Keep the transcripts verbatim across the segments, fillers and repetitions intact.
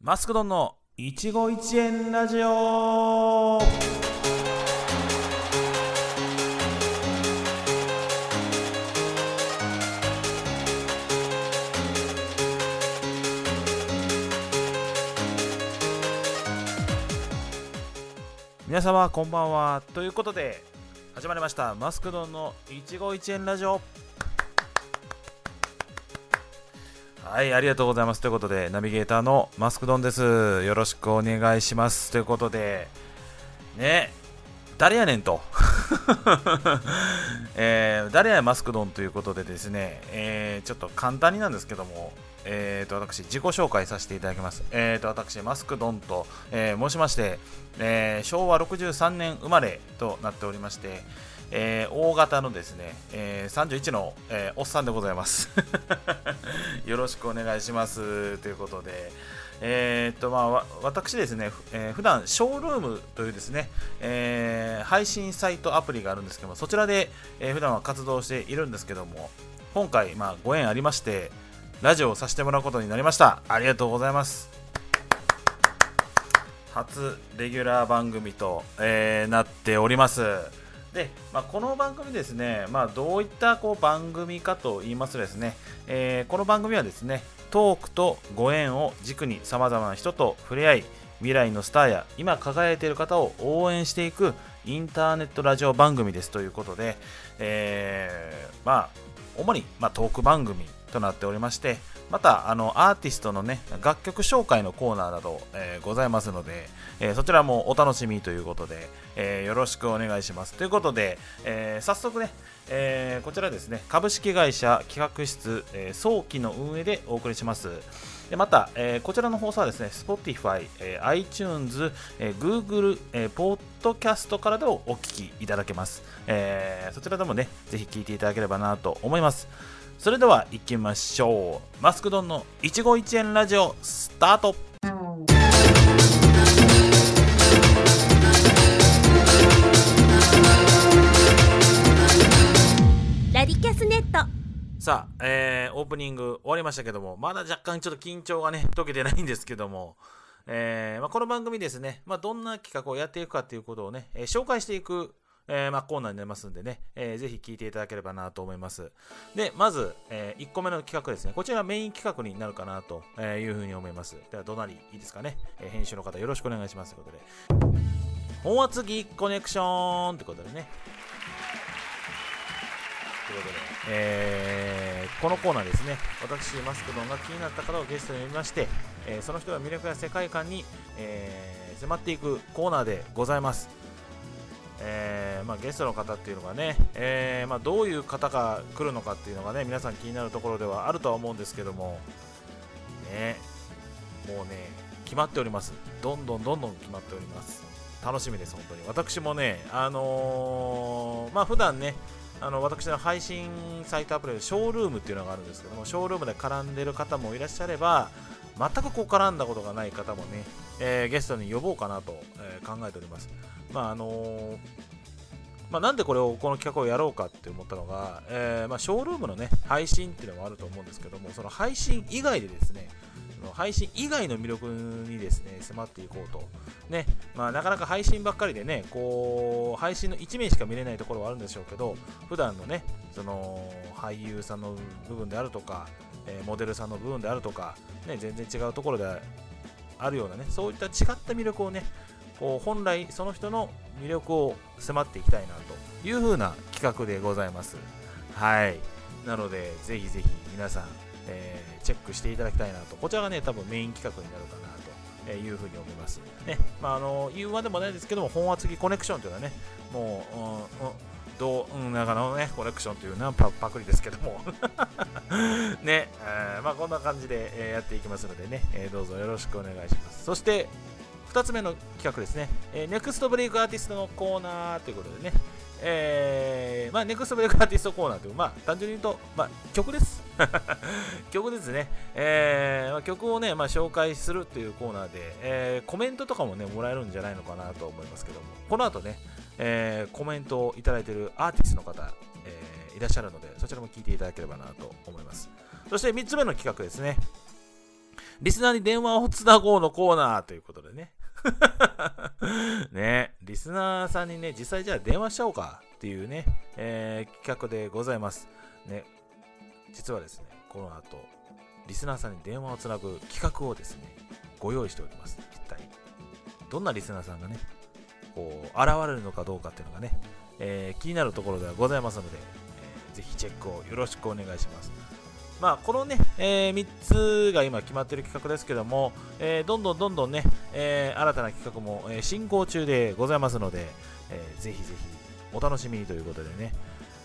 マスクドンの一期一会ラジオ。皆様こんばんは。ということで始まりましたマスクドンの一期一会ラジオ。はい、ありがとうございます。ということでナビゲーターのマスクドンです。よろしくお願いします。ということでね、誰やねんと、えー、誰やマスクドンということでですね、えー、ちょっと簡単になんですけども、えー、と私自己紹介させていただきます。えー、と私マスクドンと、えー、申しまして、えー、しょうわろくじゅうさんねん生まれとなっておりまして、えー、大型のですね、えー、さんじゅういちの、えー、おっさんでございますよろしくお願いしますということで、えー、っとまあ私ですね、えー、普段ショールームというですね、えー、配信サイトアプリがあるんですけども、そちらで、えー、普段は活動しているんですけども、今回、まあ、ご縁ありましてラジオをさせてもらうことになりました。ありがとうございます。初レギュラー番組と、えー、なっております。で、まあ、この番組ですね、まあ、どういったこう番組かと言いますとですね、えー、この番組はですね、トークとご縁を軸に様々な人と触れ合い、未来のスターや今輝いている方を応援していくインターネットラジオ番組ですということで、えー、まあ主に、まあ、トーク番組となっておりまして、またあのアーティストのね楽曲紹介のコーナーなど、えー、ございますので、えー、そちらもお楽しみということで、えー、よろしくお願いしますということで、えー、早速ね、えー、こちらですね、株式会社企画室、えー、早期の運営でお送りします。でまた、えー、こちらの放送はですね Spotify、えー、iTunes、えー、Google、えー、ポッドキャストからでもお聞きいただけます。えー、そちらでもねぜひ聞いていただければなと思います。それでは行きましょう。マスクドンの一期一会ラジオスタート。 ラディキャスネット。 さあ、えー、オープニング終わりましたけども、まだ若干ちょっと緊張がね解けてないんですけども、えーまあ、この番組ですね、まあ、どんな企画をやっていくかということをね、えー、紹介していくえーまあ、コーナーになりますんでね、えー、ぜひ聞いていただければなと思います。でまず、えー、いっこめの企画ですね。こちらメイン企画になるかなというふうに思います。ではどなりいいですかね、えー、編集の方よろしくお願いしますということで、本厚木コネクションということでね、ということで、えー、このコーナーですね、私マスクドンが気になった方をゲストに呼びまして、えー、その人の魅力や世界観に、えー、迫っていくコーナーでございます。えーまあ、ゲストの方っていうのがね、えーまあ、どういう方が来るのかっていうのがね皆さん気になるところではあるとは思うんですけどもね、もうね決まっております。どんどんどんどん決まっております。楽しみです。本当に私もね、あのー、まあ普段ねあの私の配信サイトアプリでショールームっていうのがあるんですけども、ショールームで絡んでる方もいらっしゃれば、全くこう絡んだことがない方もね、えー、ゲストに呼ぼうかなと、えー、考えております。まああのーまあ、なんでこれをこの企画をやろうかって思ったのが、えーまあ、ショールームのね配信っていうのもあると思うんですけども、その配信以外でですね、配信以外の魅力にですね迫っていこうとね、まあ、なかなか配信ばっかりでねこう配信の一面しか見れないところはあるんでしょうけど、普段のねその俳優さんの部分であるとか、えー、モデルさんの部分であるとか、ね、全然違うところであるようなね、そういった違った魅力をねこう本来その人の魅力を迫っていきたいなという風な企画でございます。はい、なのでぜひぜひ皆さん、えー、チェックしていただきたいなと。こちらがね多分メイン企画になるかなという風に思いますね。まああの言うまでもないですけども、本厚木コネクションというのはねもう、うんうんどう、うん、中のねコネクションというのは パ, パクリですけどもね、えー、まあこんな感じで、えー、やっていきますのでね、えー、どうぞよろしくお願いします。そしてふたつめの企画ですね、えー、ネクストブレイクアーティストのコーナーということでね、えー、まあネクストブレイクアーティストコーナーという、まあ単純に言うと、まあ曲です曲ですね、えーまあ、曲をね、まあ、紹介するっていうコーナーで、えー、コメントとかもねもらえるんじゃないのかなと思いますけども、この後ね、えー、コメントをいただいているアーティストの方、えー、いらっしゃるので、そちらも聞いていただければなと思います。そしてみっつめの企画ですね、 リスナーに電話をつなごうのコーナーということでね。ね、リスナーさんにね、実際じゃあ電話しちゃおうかっていうね、えー、企画でございます。ね、実はですね、この後、リスナーさんに電話をつなぐ企画をですね、ご用意しております。一体、どんなリスナーさんがね、こう、現れるのかどうかっていうのがね、えー、気になるところではございますので、えー、ぜひチェックをよろしくお願いします。まあ、このね、えー、みっつが今決まっている企画ですけども、えー、どんどんどんどんね、えー、新たな企画も、えー、進行中でございますので、えー、ぜひぜひお楽しみにということでね、え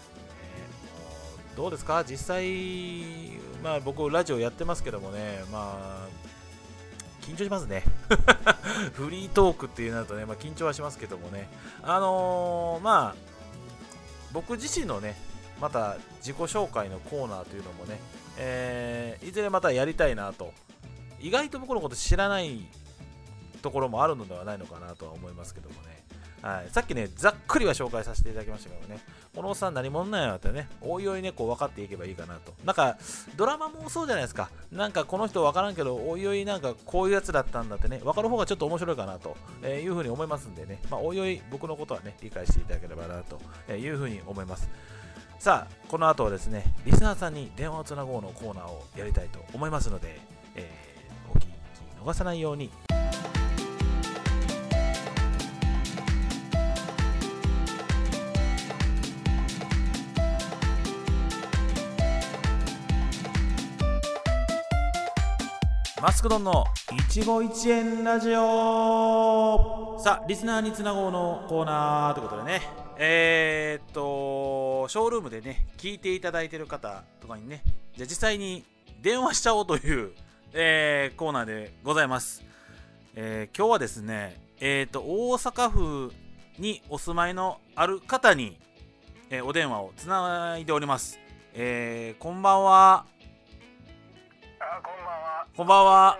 ー、どうですか実際、まあ、僕ラジオやってますけどもね、まあ緊張しますねフリートークっていうなるとね、まあ、緊張はしますけどもね、あのー、まあ僕自身のねまた自己紹介のコーナーというのもね、えー、いずれまたやりたいなと。意外と僕のこと知らないところもあるのではないのかなとは思いますけどもね、はい、さっきねざっくりは紹介させていただきましたけどね、このおっさん何者なんやってね、おいおいねこう分かっていけばいいかなと。なんかドラマもそうじゃないですか、なんかこの人分からんけどおいおいなんかこういうやつだったんだってね分かる方がちょっと面白いかなというふうに思いますんでね、まあ、おいおい僕のことはね理解していただければなというふうに思います。さあこの後はですねリスナーさんに電話をつなごうのコーナーをやりたいと思いますので、えー、お聞き逃さないように。マスクドンの一期一会ラジオ。さあリスナーにつなごうのコーナーということでね、えー、っとショールームでね聞いていただいている方とかにね、じゃあ実際に電話しちゃおうという、えー、コーナーでございます。えー、今日はですね、えー、っと大阪府にお住まいのある方に、えー、お電話をつないでおります。えー、こんばんは。 あ、こんばんは。 こんばんは。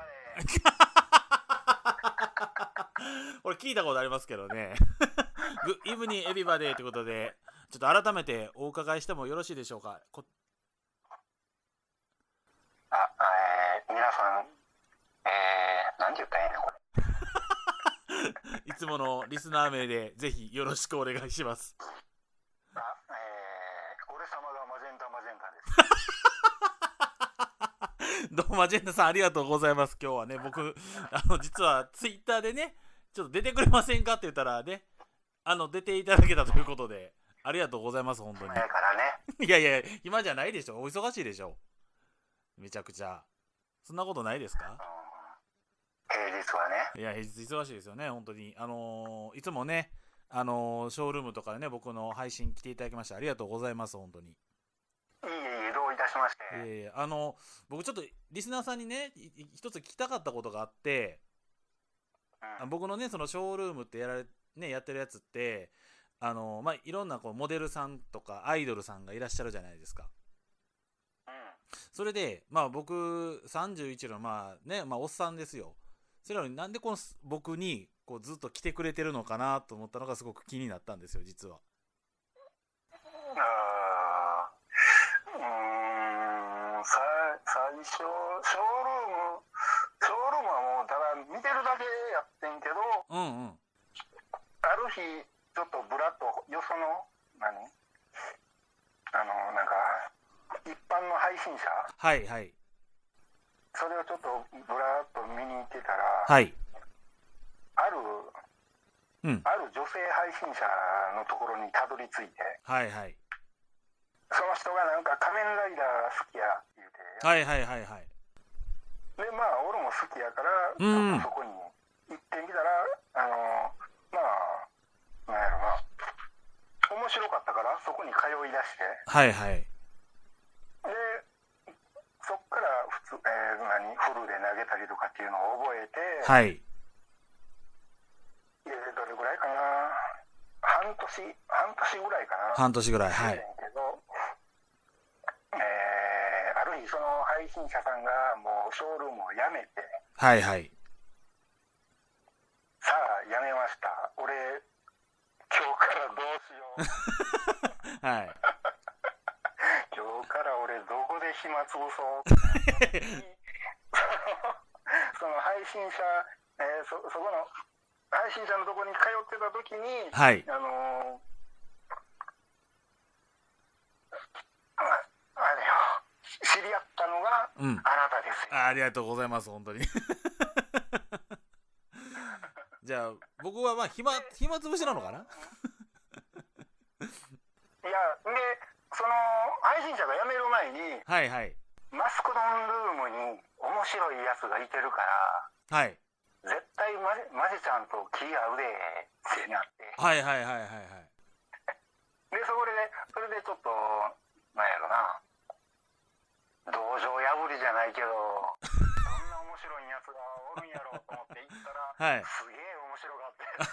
これ聞いたことありますけどね。グイブニーエビバデーということで、ちょっと改めてお伺いしてもよろしいでしょうか。こあ、えー、皆さん、えー、なんて言ったらいいのこれ。 いつものリスナー名でぜひよろしくお願いします。 あ、えー、俺様がマジェンタマジェンタです。 どうもマジェンタさんありがとうございます。今日はね僕あの実はツイッターでねちょっと出てくれませんかって言ったらね、あの出ていただけたということでありがとうございます本当に。 だからね。 いやいや暇じゃないでしょ、お忙しいでしょめちゃくちゃ。そんなことないですか？ 平日はね。 いや平日忙しいですよね本当に。あのー、いつもねあのー、ショールームとかでね僕の配信来ていただきましてありがとうございます本当に。 いいえ、どういたしまして。 えー、あの僕ちょっとリスナーさんにね一つ聞きたかったことがあって、うん、僕のねそのショールームってやられ、ね、やってるやつってあの、まあ、いろんなこうモデルさんとかアイドルさんがいらっしゃるじゃないですか。 うん、 それでまあ僕さんじゅういちのまあね、まあ、おっさんですよ。それなのになんでこの僕にこうずっと来てくれてるのかなと思ったのがすごく気になったんですよ実は。 さ最初ショールームショールームはもうただ見てるだけやってんけど、 うんうん、 ある日ちょっとブラッとよその何あのなんか一般の配信者、 はいはい、 それをちょっとブラッと見に行ってたら、 はい、 ある、 うん、 ある女性配信者のところにたどり着いて、はいはい、その人がなんか仮面ライダー好きやって言うて、 はいはいはいはい。 でまあ俺も好きやから、うん、ちょっとそこに行ってみたら、あのまあなんやろな、面白かったからそこに通い出して、 はいはい。 でそっから普通、えー、何フルで投げたりとかっていうのを覚えて、はい。でどれぐらいかな、半年半年ぐらいかな。 半年ぐらい、はい。 けどえー、ある日その配信者さんがもうショールームをやめて、 はいはい、 さあやめました、俺今日からどうしようはい今日から俺どこで暇つぶそうってその配信者、えー、そ, そこの配信者のところに通ってた時に、 はい、 あのー、あ, あれよ知り合ったのがあなたですよ、 うん、あ, ありがとうございます本当にじゃあ僕はまあ暇暇つぶしなのかないやでその配信者が辞める前に、 はいはい、 マスクドンルームに面白いやつがいてるから、 はい、 絶対マジ、マジちゃんと気合うでってなって、 はいはいはいはいはいでそれでそれでちょっとなんやろな、道場破りじゃないけどこんな面白いやつがおるんやろうと思って行ったら、はい、すげえ面白か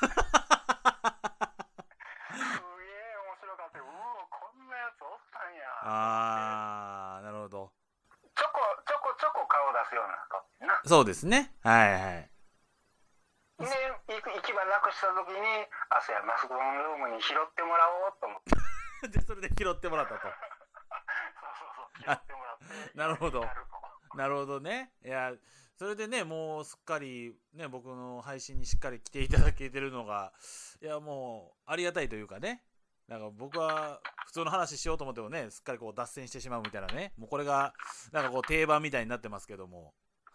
ったすげえ面白かった、うわこんなやつおったんや。 あーなるほど、 ちょこちょこちょこ顔出すような顔ってな。 そうですね、はいはい。 で行き場なくした時にあそうやマスコンルームに拾ってもらおうと思ってでそれで拾ってもらったとそうそうそう拾ってもらってなるほどなるほどね。いやそれでねもうすっかりね僕の配信にしっかり来ていただけてるのがいやもうありがたいというかね、なんか僕は普通の話しようと思ってもねすっかりこう脱線してしまうみたいなね、もうこれがなんかこう定番みたいになってますけども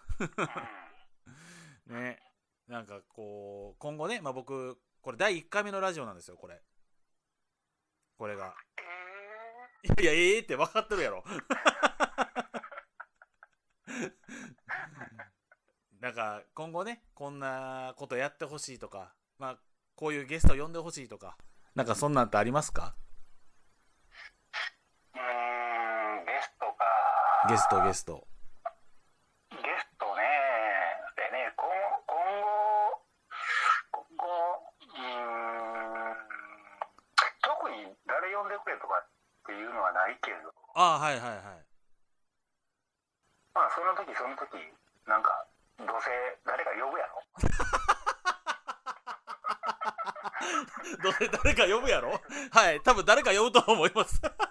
ね、なんかこう今後ね、まあ、僕これだいいっかいめのラジオなんですよこれこれが、えー、いやいやええー、って分かってるやろなんか今後ねこんなことやってほしいとか、まあこういうゲスト呼んでほしいとか、なんかそんなんってありますか？ うーんゲストかゲストゲストゲストねでね今後今後うーん特に誰呼んでくれとかっていうのはないけど、 ああはいはいはい、 まあその時その時なんかどうせ誰か呼ぶやろどうせ誰か呼ぶやろはい多分誰か呼ぶと思います多分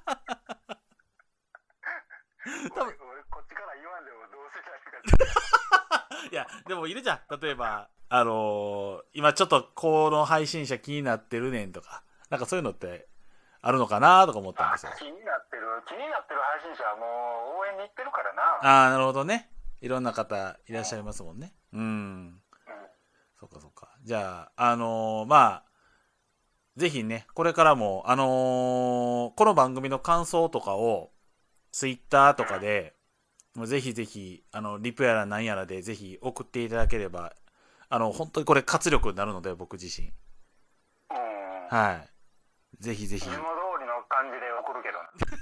俺, 俺こっちから言わんでもどうせ誰かいやでもいるじゃん、例えばあのー、今ちょっとこの配信者気になってるねんとか、なんかそういうのってあるのかなとか思ったんですよ。 気になってる気になってる配信者はもう応援に行ってるからな。 ああなるほどね、いろんな方いらっしゃいますもんね。うん、うん、そうかそうか。じゃああのー、まあぜひねこれからもあのー、この番組の感想とかをツイッターとかで、もうぜひぜひあのリプやらなんやらでぜひ送っていただければ、あの本当にこれ活力になるので僕自身、 うん、 はいぜひぜひ。いつも通りの感じで送るけど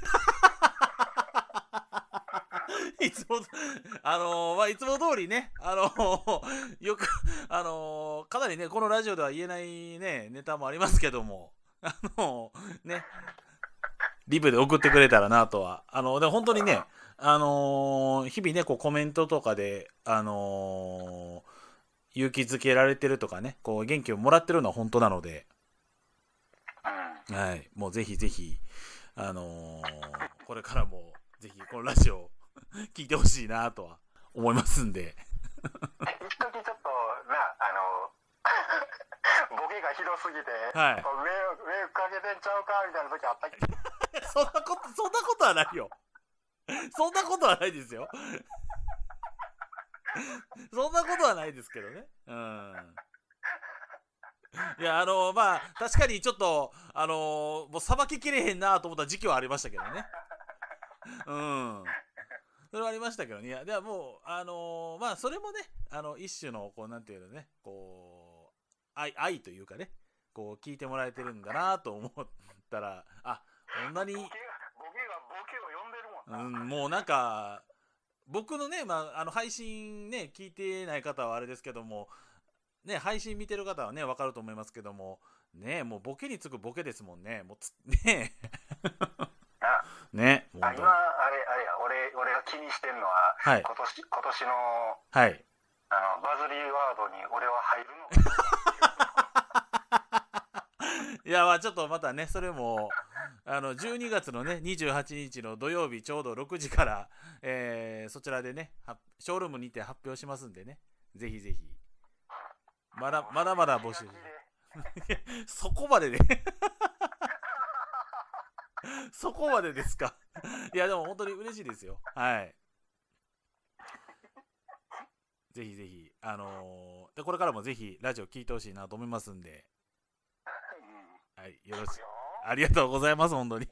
いつもあのー、まあいつも通りねあのー、よくあのー、かなりねこのラジオでは言えないねネタもありますけども、あのー、ねリプで送ってくれたらなとは、あので本当にねあのー、日々ねこうコメントとかであのー、勇気づけられてるとかねこう元気をもらってるのは本当なので、はい、もうぜひぜひあのー、これからもぜひこのラジオを聞いてほしいなとは思いますんで一時ちょっとなあのボケがひどすぎて、はい、迷惑かけてんちゃうかみたいな時あったっけそんなことそんなことはないよそんなことはないですよそんなことはないですけどね。うん。いやあのー、まあ確かにちょっとあのー、もうさばききれへんなと思った時期はありましたけどね。うん。それはありましたけどね。いやではもうあのー、まあそれもねあの一種のこうなんていうのねこう愛愛というかねこう聞いてもらえてるんだなと思ったら、あこんなにボケがボケを呼んでるもんな。 うん、もうなんか僕のね、まあ、あの配信ね聞いてない方はあれですけどもね、配信見てる方はね分かると思いますけどもね、もうボケにつくボケですもんね、もうつねねもうあ今あれあれや俺俺が気にしてるのは、はい、今年今年の、はい、あのバズりワードに俺は入るのかいやまあちょっとまたねそれもあのじゅうにがつのねにじゅうはちにちの土曜日ちょうどろくじから、えー、そちらでねショールームにて発表しますんでね、ぜひぜひまだまだまだ募集そこまででそこまでですかいやでも本当に嬉しいですよ。はい、ぜひぜひあのー、でこれからもぜひラジオ聞いてほしいなと思いますんで、はい、よろしくありがとうございます本当に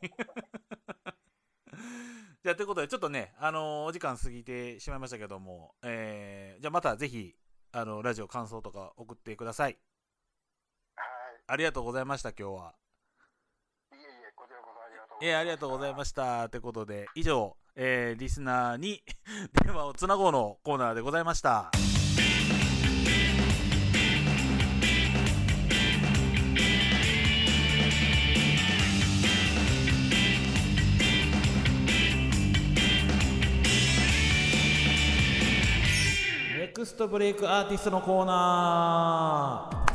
じゃあということでちょっとね、あのー、お時間過ぎてしまいましたけども、えー、じゃあまたぜひあのラジオ感想とか送ってください。 はい。 ありがとうございました今日は。 いえいえ、こちらこそありがとうございました。 えー、ありがとうございましたということで以上、えー、リスナーに電話をつなごうのコーナーでございました。ネクストブレイクアーティストのコーナー。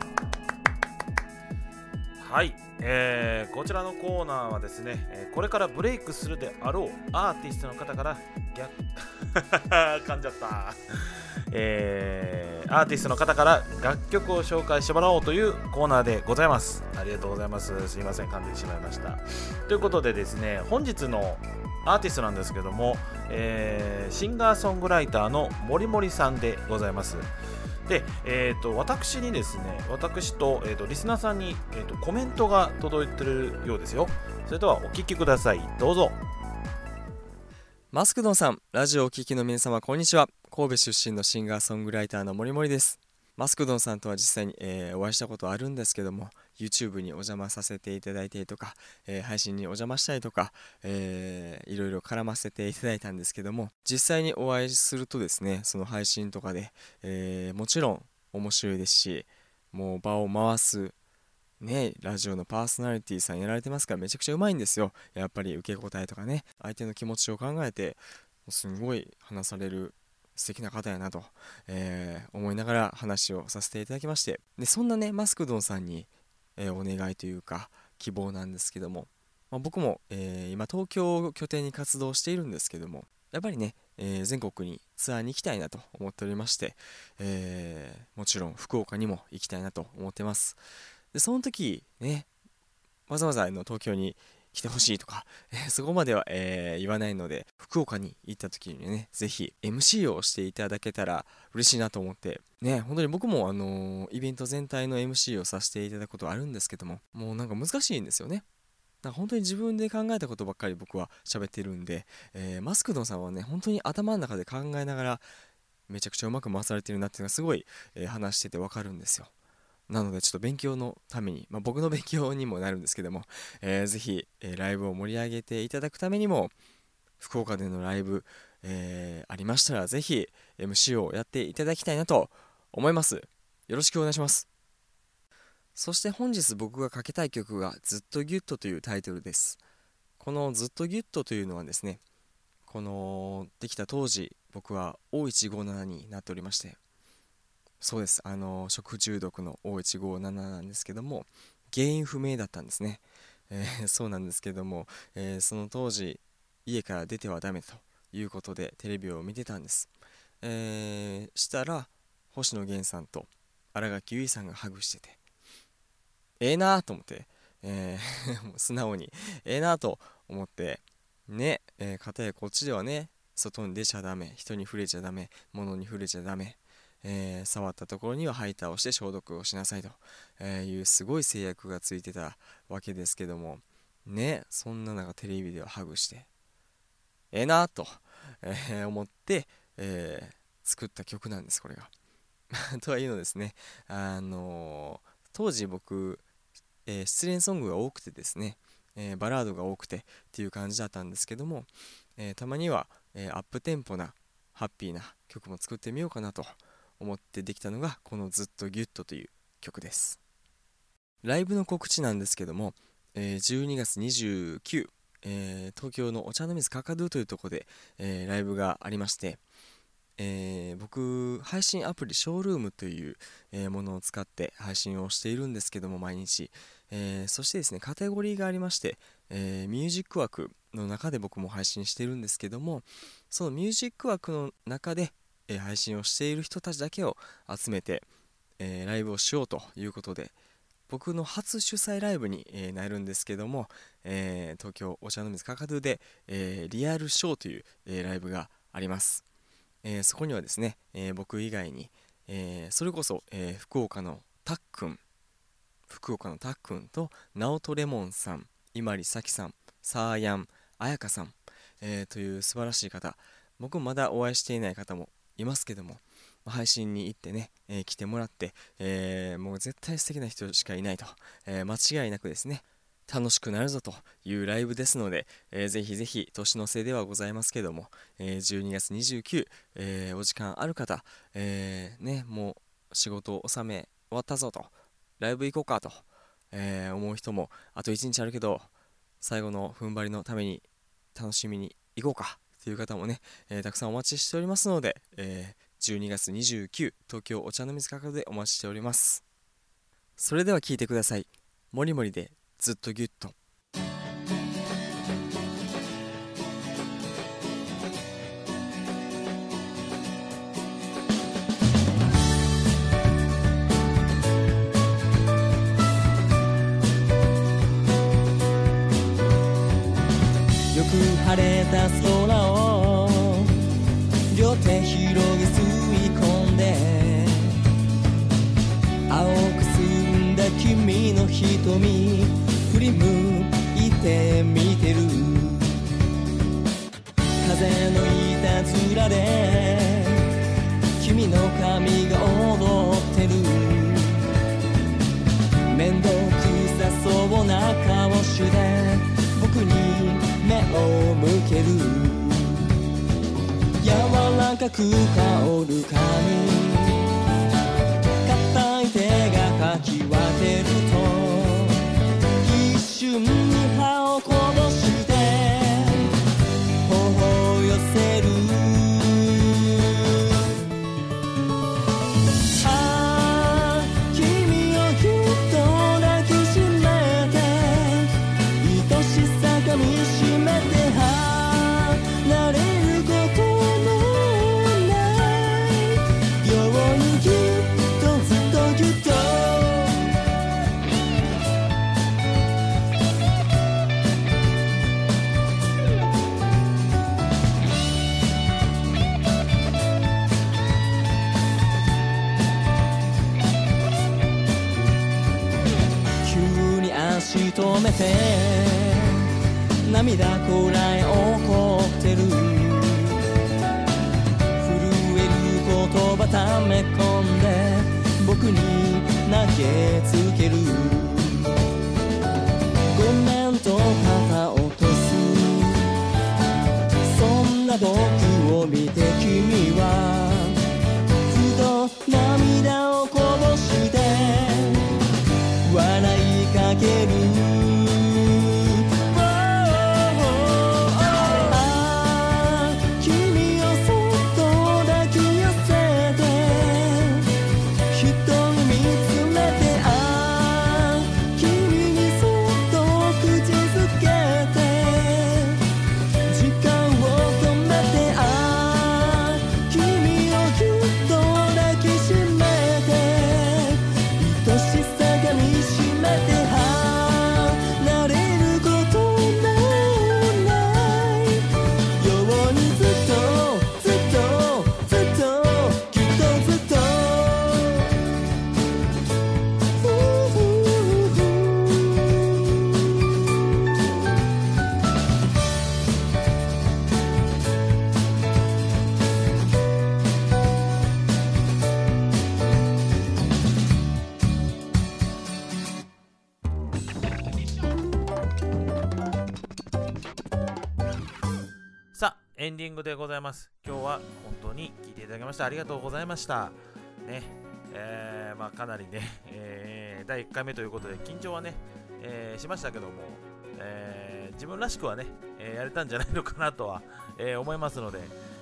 はい、えー、こちらのコーナーはですね、えー、これからブレイクするであろうアーティストの方から逆噛んじゃった、えー、アーティストの方から楽曲を紹介してもらおうというコーナーでございます。ありがとうございます。すいません噛んでしまいました。ということでですね、本日のアーティストなんですけども、えー、シンガーソングライターの森森さんでございます。で、えー、と私にですね、私と、えー、とリスナーさんに、えー、とコメントが届いてるようですよ。それではお聞きください。どうぞ。 マスクドンさん、ラジオをお聞きの皆様こんにちは。神戸出身のシンガーソングライターの森森です。マスクドンさんとは実際に、えー、お会いしたことあるんですけども、 YouTube にお邪魔させていただいたりとか、えー、配信にお邪魔したりとか、えー、いろいろ絡ませていただいたんですけども、実際にお会いするとですね、その配信とかで、えー、もちろん面白いですし、もう場を回すね、ラジオのパーソナリティさんやられてますからめちゃくちゃうまいんですよ。やっぱり受け答えとかね、相手の気持ちを考えてすごい話される素敵な方やなと、えー、思いながら話をさせていただきまして、でそんなねマスクドンさんに、えー、お願いというか希望なんですけども、まあ、僕も、えー、今東京を拠点に活動しているんですけども、やっぱりね、えー、全国にツアーに行きたいなと思っておりまして、えー、もちろん福岡にも行きたいなと思ってます。でその時ね、わざわざの東京に来てほしいとか、えー、そこまでは、えー、言わないので、福岡に行った時にね、ぜひ エムシー をしていただけたら嬉しいなと思ってね、本当に僕もあのー、イベント全体の エムシー をさせていただくことあるんですけども、もうなんか難しいんですよね。なんか本当に自分で考えたことばっかり僕は喋ってるんで、えー、マスクドンさんはね、本当に頭の中で考えながらめちゃくちゃうまく回されてるなっていうのがすごい、えー、話しててわかるんですよ。なのでちょっと勉強のために、まあ、僕の勉強にもなるんですけども、えー、ぜひ、えー、ライブを盛り上げていただくためにも、福岡でのライブ、えー、ありましたらぜひ エムシー をやっていただきたいなと思います。よろしくお願いします。そして本日僕がかけたい曲がずっとギュッとというタイトルです。このずっとギュッとというのはですね、このできた当時僕は オーいちごーなな になっておりまして、そうです、あの食中毒の オーいちごーなな なんですけども、原因不明だったんですね。えー、そうなんですけども、えー、その当時家から出てはダメということでテレビを見てたんです。えー、したら星野源さんと新垣結衣さんがハグしてて、ええー、なーと思って、えー、素直にええー、なーと思ってね、えー、片やこっちではね、外に出ちゃダメ、人に触れちゃダメ、物に触れちゃダメ、えー、触ったところにはハイターをして消毒をしなさいというすごい制約がついてたわけですけどもね、そんな中テレビではハグしてええなと、えー、思って、えー、作った曲なんです、これがとはいうのですね、あのー、当時僕、えー、失恋ソングが多くてですね、えー、バラードが多くてっていう感じだったんですけども、えー、たまには、えー、アップテンポなハッピーな曲も作ってみようかなと思ってできたのがこのずっとギュッとという曲です。ライブの告知なんですけども、えー、じゅうにがつにじゅうくにち、えー、東京のお茶の水カカドゥというところで、えー、ライブがありまして、 えー、僕配信アプリショールームという、えー、ものを使って配信をしているんですけども、毎日、えー、そしてですねカテゴリーがありまして、えー、ミュージック枠の中で僕も配信しているんですけども、そのミュージック枠の中で、えー、配信をしている人たちだけを集めて、えー、ライブをしようということで、僕の初主催ライブに、えー、なるんですけども、えー、東京お茶の水カカドゥで、えー、リアルショーという、えー、ライブがあります。えー、そこにはですね、えー、僕以外に、えー、それこそ、えー、福岡のたっくん福岡のたっくんとナオトレモンさん、伊万里咲さん、サーヤン、あやかさん、えー、という素晴らしい方、僕もまだお会いしていない方もいますけども、配信に行ってね、えー、来てもらって、えー、もう絶対素敵な人しかいないと、えー、間違いなくですね楽しくなるぞというライブですので、えー、ぜひぜひ年の瀬ではございますけども、えー、じゅうにがつにじゅうくにち、えー、お時間ある方、えー、ね、もう仕事納め終わったぞと、ライブ行こうかと、えー、思う人も、あといちにちあるけど最後の踏ん張りのために楽しみに行こうかという方もね、えー、たくさんお待ちしておりますので、えー、じゅうにがつにじゅうくにち東京お茶の水カカドでお待ちしております。それでは聴いてください。もりもりでずっとギュッと。 よく晴れた空を両手広げ吸い込んで、青く澄んだ君の瞳振り向いて見てる。風のいたずらで君の髪が踊ってる。面倒くさそうな顔して僕に目を向ける。柔らかく香る髪、硬い手がかき分けると一瞬に歯をこぼして頬を寄せる。ああ君をぎゅっと抱きしめて愛しさ噛みしめて離れることのないようにぎゅっとずっとぎゅっと。急に足止めて涙こらえ怒ってる。震える言葉ため込んで僕に投げつける。ごめんと肩落とす。そんな僕を見て君はふと涙をこぼして笑いかける。 さあエンディングでございます。今日は本当に聞いていただきましてありがとうございましたね。えー、まあかなりね、えー、だいいっかいめということで緊張はね、えー、しましたけども、えー、自分らしくはね、えー、やれたんじゃないのかなとは、えー、思いますので、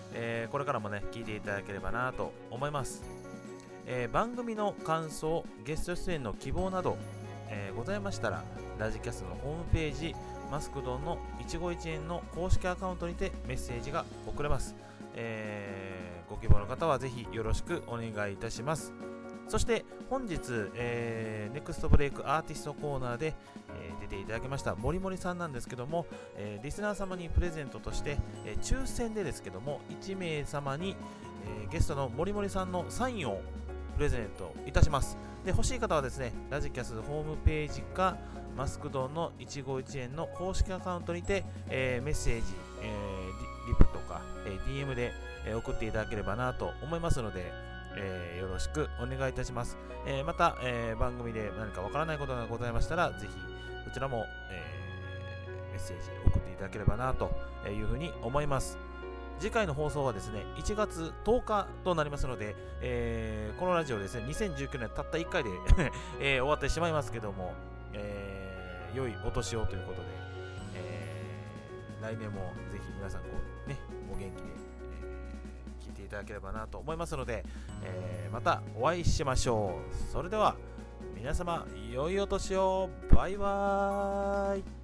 えーこれからもね聞いていただければなと思います。えー番組の感想、ゲスト出演の希望など、えーございましたらラジキャスのホームページマスクドンの一期一会の公式アカウントにてメッセージが送れます。えーご希望の方はぜひよろしくお願いいたします。そして本日、えー、ネクストブレイクアーティストコーナーで、えー出ていただきましたもりもりさんなんですけども、えーリスナー様にプレゼントとして、えー抽選でですけどもいち名様に、えーゲストのもりもりさんのサインをプレゼントいたします。で、欲しい方はですね、ラジキャスホームページかマスクドンの一期一会の公式アカウントにて、えーメッセージ、えーリ、リプとか、えーディーエム で、えー送っていただければなと思いますので、えーよろしくお願いいたします。えーまた、えー番組で何かわからないことがございましたら、ぜひそちらも、えーメッセージ送っていただければなというふうに思います。次回の放送はですね、いちがつとおかとなりますので、えーこのラジオですね、にせんじゅうきゅうねんたったいっかいで、えー終わってしまいますけども、えー良いお年をということで、えー来年もぜひ皆さんこうね、お元気で、えー聞いていただければなと思いますので、えーまたお会いしましょう。それでは皆様良いお年を。バイバーイ。